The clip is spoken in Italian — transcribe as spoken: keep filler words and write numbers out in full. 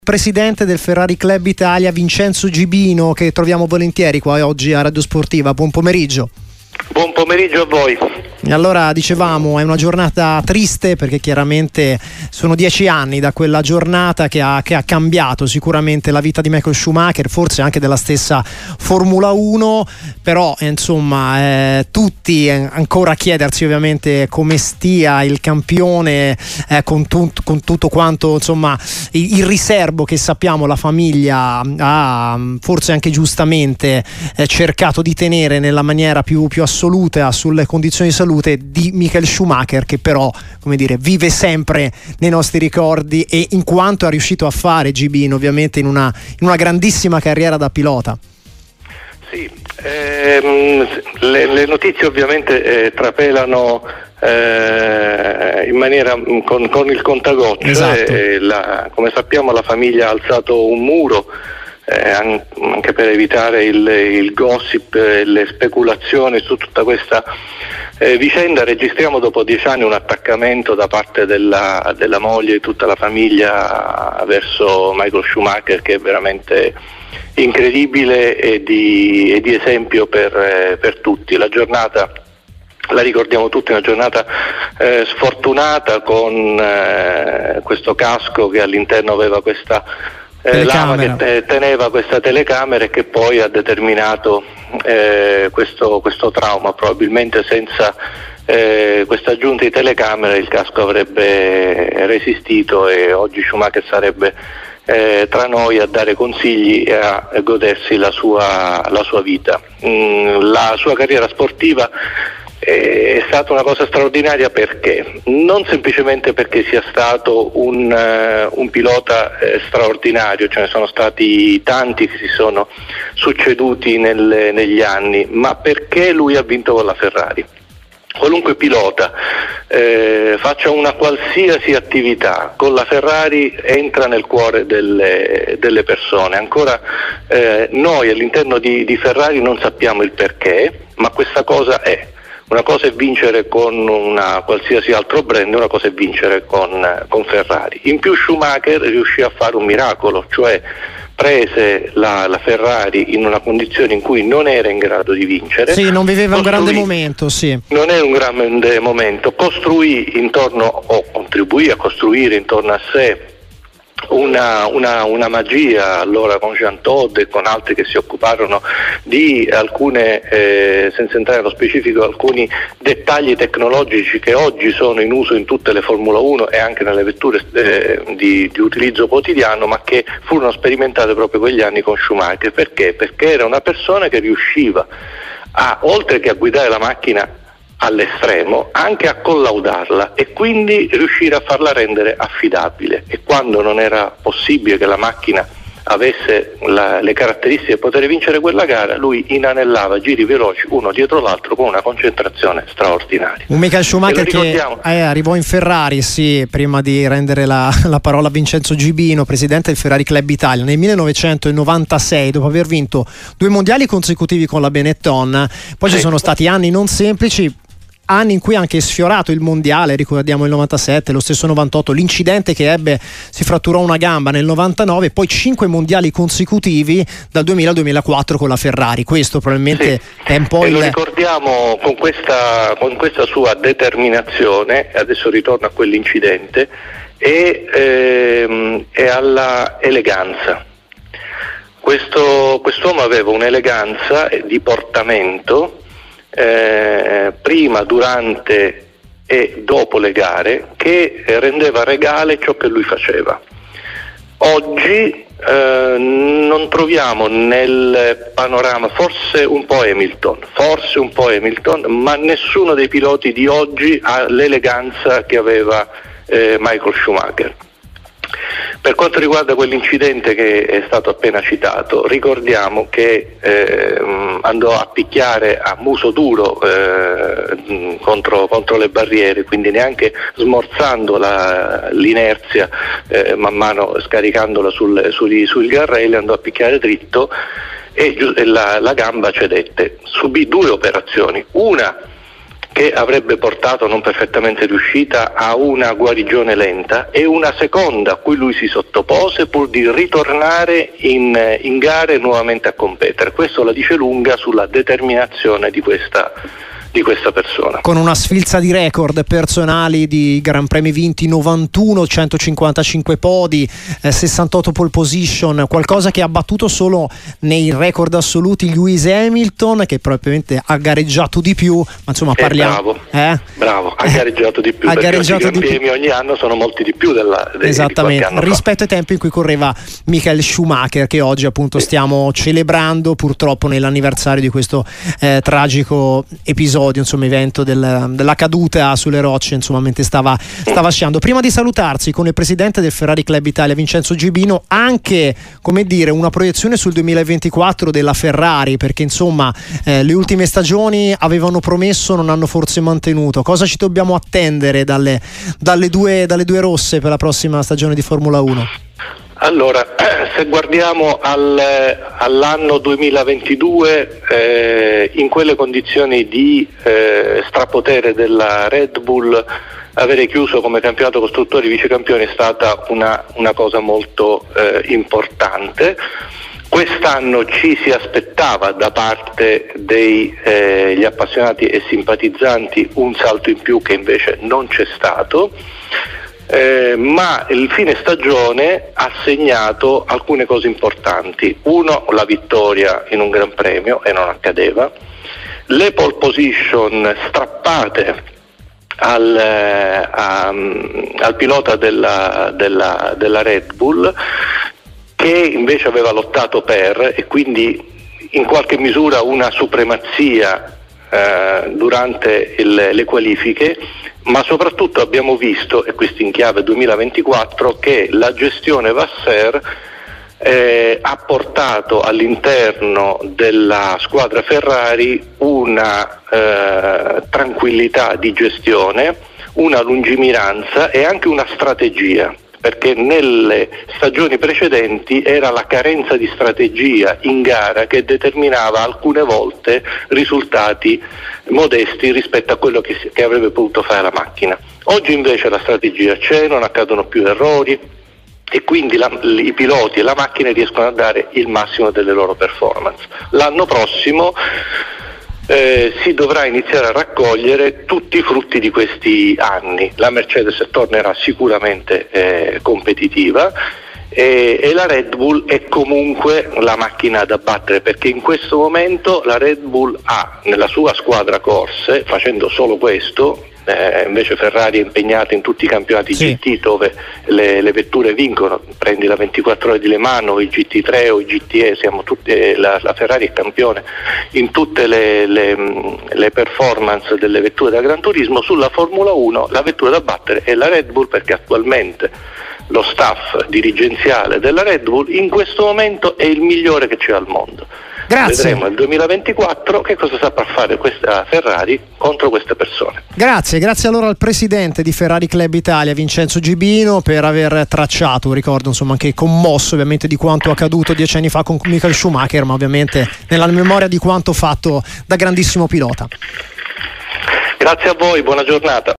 Presidente del Ferrari Club Italia, Vincenzo Gibino, che troviamo volentieri qua oggi a Radio Sportiva. Buon pomeriggio. Buon pomeriggio a voi. E allora, dicevamo, è una giornata triste perché chiaramente sono dieci anni da quella giornata che ha, che ha cambiato sicuramente la vita di Michael Schumacher, forse anche della stessa Formula uno, però insomma eh, tutti eh, ancora a chiedersi ovviamente come stia il campione eh, con, tu, con tutto quanto insomma il, il riservo che sappiamo la famiglia ha forse anche giustamente eh, cercato di tenere nella maniera più, più assoluta sulle condizioni di salute di Michael Schumacher, che però, come dire, vive sempre nei nostri ricordi, e in quanto ha riuscito a fare Gibino ovviamente in una, in una grandissima carriera da pilota. Sì, ehm, le, le notizie ovviamente eh, trapelano eh, in maniera con, con il contagocce. Esatto. eh, la, come sappiamo la famiglia ha alzato un muro eh, anche per evitare il, il gossip e le speculazioni su tutta questa Eh, vicenda. Registriamo dopo dieci anni un attaccamento da parte della, della moglie e di tutta la famiglia verso Michael Schumacher che è veramente incredibile e di, e di esempio per, eh, per tutti. La giornata, la ricordiamo tutti, una giornata eh, sfortunata con eh, questo casco che all'interno aveva questa eh, lama che teneva questa telecamera e che poi ha determinato Eh, questo, questo trauma. Probabilmente senza eh, questa aggiunta di telecamere il casco avrebbe resistito e oggi Schumacher sarebbe eh, tra noi a dare consigli e a, a godersi la sua, la sua vita. Mm, la sua carriera sportiva è stata una cosa straordinaria, perché non semplicemente perché sia stato un, uh, un pilota eh, straordinario, ce ne sono stati tanti che si sono succeduti nel, negli anni, ma perché lui ha vinto con la Ferrari. Qualunque pilota eh, faccia una qualsiasi attività con la Ferrari entra nel cuore delle, delle persone. Ancora eh, noi all'interno di, di Ferrari non sappiamo il perché, ma questa cosa è. Una cosa è vincere con una qualsiasi altro brand, una cosa è vincere con, con Ferrari. In più Schumacher riuscì a fare un miracolo, cioè prese la, la Ferrari in una condizione in cui non era in grado di vincere. Sì, non viveva un grande costruì, momento, sì. Non è un grande momento, costruì intorno, o contribuì a costruire intorno a sé Una, una, una magia allora con Jean Todt e con altri che si occuparono di alcune, eh, senza entrare nello specifico, alcuni dettagli tecnologici che oggi sono in uso in tutte le Formula uno e anche nelle vetture eh, di, di utilizzo quotidiano, ma che furono sperimentate proprio quegli anni con Schumacher. Perché? Perché era una persona che riusciva a, oltre che a guidare la macchina all'estremo, anche a collaudarla e quindi riuscire a farla rendere affidabile, e quando non era possibile che la macchina avesse la, le caratteristiche per poter vincere quella gara, lui inanellava giri veloci uno dietro l'altro con una concentrazione straordinaria. Un Michael Schumacher che eh, arrivò in Ferrari, sì, prima di rendere la, la parola a Vincenzo Gibino, presidente del Ferrari Club Italia, nel millenovecentonovantasei, dopo aver vinto due mondiali consecutivi con la Benetton. Poi sì, ci sono stati anni non semplici, anni in cui ha anche sfiorato il mondiale, ricordiamo il novantasette, lo stesso novantotto, l'incidente che ebbe, si fratturò una gamba nel novantanove, poi cinque mondiali consecutivi dal duemila al duemilaquattro con la Ferrari. Questo probabilmente sì, è un po' e il... lo ricordiamo con questa, con questa sua determinazione, adesso ritorno a quell'incidente, e, ehm, e alla eleganza. Questo, quest'uomo aveva un'eleganza di portamento Eh, prima, durante e dopo le gare, che rendeva regale ciò che lui faceva. Oggi eh, non troviamo nel panorama, forse un po' Hamilton, forse un po' Hamilton, ma nessuno dei piloti di oggi ha l'eleganza che aveva eh, Michael Schumacher. Per quanto riguarda quell'incidente che è stato appena citato, ricordiamo che eh, andò a picchiare a muso duro eh, contro, contro le barriere, quindi neanche smorzando la, l'inerzia, eh, man mano scaricandola sul, sui, sui guardrail, andò a picchiare dritto e la, la gamba cedette. Subì due operazioni, una che avrebbe portato, non perfettamente riuscita, a una guarigione lenta, e una seconda a cui lui si sottopose pur di ritornare in, in gare nuovamente a competere. Questo la dice lunga sulla determinazione di questa di questa persona. Con una sfilza di record personali di Gran Premi vinti, novantuno, centocinquantacinque podi, eh, sessantotto pole position, qualcosa che ha battuto solo nei record assoluti Lewis Hamilton, che probabilmente ha gareggiato di più, ma insomma eh, parliamo bravo, eh? bravo, ha gareggiato di più, ha perché gareggiato i Gran Premi ogni anno sono molti di più della, de, esattamente, di rispetto ai tempi in cui correva Michael Schumacher, che oggi appunto sì. stiamo celebrando purtroppo nell'anniversario di questo eh, tragico episodio, insomma evento del, della caduta sulle rocce, insomma mentre stava, stava sciando. Prima di salutarsi con il presidente del Ferrari Club Italia Vincenzo Gibino, anche come dire una proiezione sul duemilaventiquattro della Ferrari, perché insomma eh, le ultime stagioni avevano promesso, non hanno forse mantenuto. Cosa ci dobbiamo attendere dalle, dalle, due, dalle due rosse per la prossima stagione di Formula uno? Allora, se guardiamo al, all'anno duemilaventidue, eh, in quelle condizioni di eh, strapotere della Red Bull, avere chiuso come campionato costruttori vicecampioni è stata una, una cosa molto eh, importante. Quest'anno ci si aspettava da parte degli eh, appassionati e simpatizzanti un salto in più che invece non c'è stato. Eh, ma il fine stagione ha segnato alcune cose importanti. Uno, la vittoria in un Gran Premio, e non accadeva, le pole position strappate al, eh, a, al pilota della, della, della Red Bull, che invece aveva lottato per, e quindi in qualche misura una supremazia eh, durante il, le qualifiche. Ma soprattutto abbiamo visto, e questo in chiave duemilaventiquattro, che la gestione Vasseur eh, ha portato all'interno della squadra Ferrari una eh, tranquillità di gestione, una lungimiranza e anche una strategia, perché nelle stagioni precedenti era la carenza di strategia in gara che determinava alcune volte risultati modesti rispetto a quello che, che avrebbe potuto fare la macchina. Oggi invece la strategia c'è, non accadono più errori e quindi la, i piloti e la macchina riescono a dare il massimo delle loro performance. L'anno prossimo Eh, si dovrà iniziare a raccogliere tutti i frutti di questi anni. La Mercedes tornerà sicuramente eh, competitiva e, e la Red Bull è comunque la macchina da battere, perché in questo momento la Red Bull ha nella sua squadra corse, facendo solo questo, eh, invece Ferrari è impegnata in tutti i campionati sì. G T dove le, le vetture vincono, prendi la ventiquattro ore di Le Mans o i G T tre o i G T E, siamo tutti, la, la Ferrari è campione in tutte le, le, le performance delle vetture da Gran Turismo. Sulla Formula uno la vettura da battere è la Red Bull, perché attualmente lo staff dirigenziale della Red Bull in questo momento è il migliore che c'è al mondo. Grazie. Vedremo nel duemilaventiquattro che cosa saprà fare questa Ferrari contro queste persone. Grazie, grazie allora al presidente di Ferrari Club Italia Vincenzo Gibino per aver tracciato un ricordo insomma anche commosso ovviamente di quanto accaduto dieci anni fa con Michael Schumacher, ma ovviamente nella memoria di quanto fatto da grandissimo pilota. Grazie a voi, buona giornata.